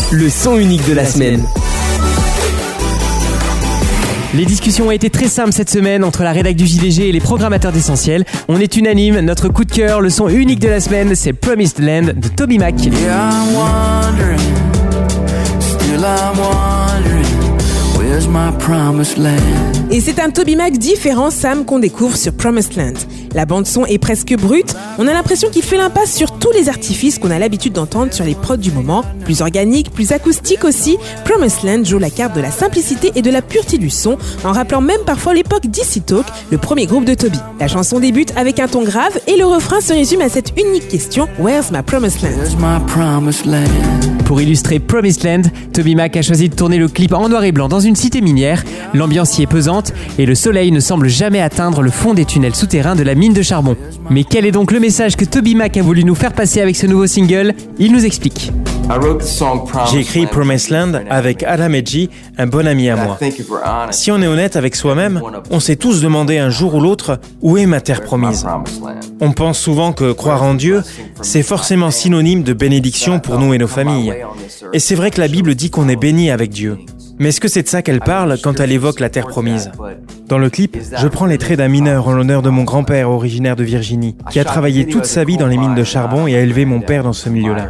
le son unique de la semaine. Les discussions ont été très simples cette semaine entre la rédac du JDG et les programmateurs d'Essentiel. On est unanime, notre coup de cœur, le son unique de la semaine, c'est Promised Land de Toby Mac. Yeah, I'm wondering, still I'm wondering, where's my promised land? Et c'est un Toby Mac différent, Sam, qu'on découvre sur Promised Land. La bande-son est presque brute, on a l'impression qu'il fait l'impasse sur tous les artifices qu'on a l'habitude d'entendre sur les prods du moment. Plus organique, plus acoustique aussi, Promised Land joue la carte de la simplicité et de la pureté du son, en rappelant même parfois l'époque d'Easy Talk, le premier groupe de Toby. La chanson débute avec un ton grave et le refrain se résume à cette unique question, Where's my promised land? Where's my promised land? Pour illustrer Promised Land, Toby Mac a choisi de tourner le clip en noir et blanc dans une cité minière. L'ambiance y est pesante et le soleil ne semble jamais atteindre le fond des tunnels souterrains de la mine de charbon. Mais quel est donc le message que Toby Mac a voulu nous faire passer avec ce nouveau single? Il nous explique. J'ai écrit Promised Land avec Adam Edgy, un bon ami à moi. Si on est honnête avec soi-même, on s'est tous demandé un jour ou l'autre où est ma terre promise. On pense souvent que croire en Dieu, c'est forcément synonyme de bénédiction pour nous et nos familles. Et c'est vrai que la Bible dit qu'on est béni avec Dieu. Mais est-ce que c'est de ça qu'elle parle quand elle évoque la terre promise? Dans le clip, je prends les traits d'un mineur en l'honneur de mon grand-père originaire de Virginie, qui a travaillé toute sa vie dans les mines de charbon et a élevé mon père dans ce milieu-là.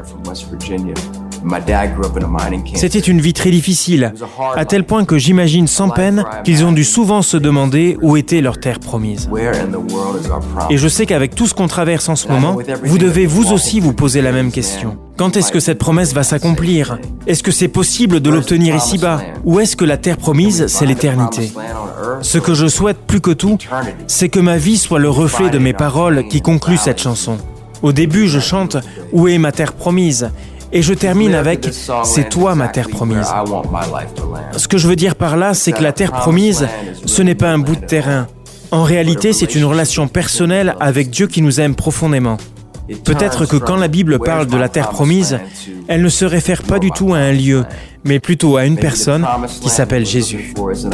C'était une vie très difficile, à tel point que j'imagine sans peine qu'ils ont dû souvent se demander où était leur terre promise. Et je sais qu'avec tout ce qu'on traverse en ce moment, vous devez vous aussi vous poser la même question. Quand est-ce que cette promesse va s'accomplir? Est-ce que c'est possible de l'obtenir ici-bas? Ou est-ce que la terre promise, c'est l'éternité? Ce que je souhaite plus que tout, c'est que ma vie soit le reflet de mes paroles qui concluent cette chanson. Au début, je chante « Où est ma terre promise ?» et je termine avec « C'est toi ma terre promise ». Ce que je veux dire par là, c'est que la terre promise, ce n'est pas un bout de terrain. En réalité, c'est une relation personnelle avec Dieu qui nous aime profondément. Peut-être que quand la Bible parle de la terre promise, elle ne se réfère pas du tout à un lieu, mais plutôt à une personne qui s'appelle Jésus.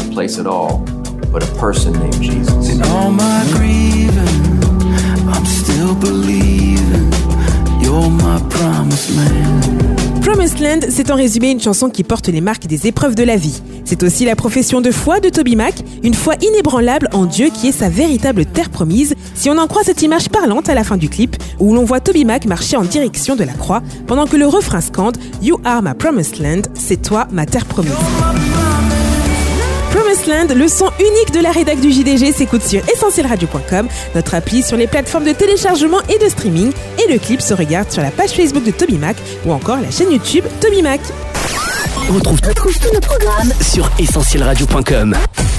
In all my grieving, I'm still believing you're my promised land. Promised Land, c'est en résumé une chanson qui porte les marques des épreuves de la vie. C'est aussi la profession de foi de Toby Mac, une foi inébranlable en Dieu qui est sa véritable terre promise, si on en croit cette image parlante à la fin du clip, où l'on voit Toby Mac marcher en direction de la croix, pendant que le refrain scande « You are my promised land », c'est toi ma terre promise. Promised Land, le son unique de la rédac du JDG s'écoute sur essentielradio.com, notre appli sur les plateformes de téléchargement et de streaming, et le clip se regarde sur la page Facebook de Toby Mac ou encore la chaîne YouTube Toby Mac. Retrouve tous nos programmes sur essentielradio.com.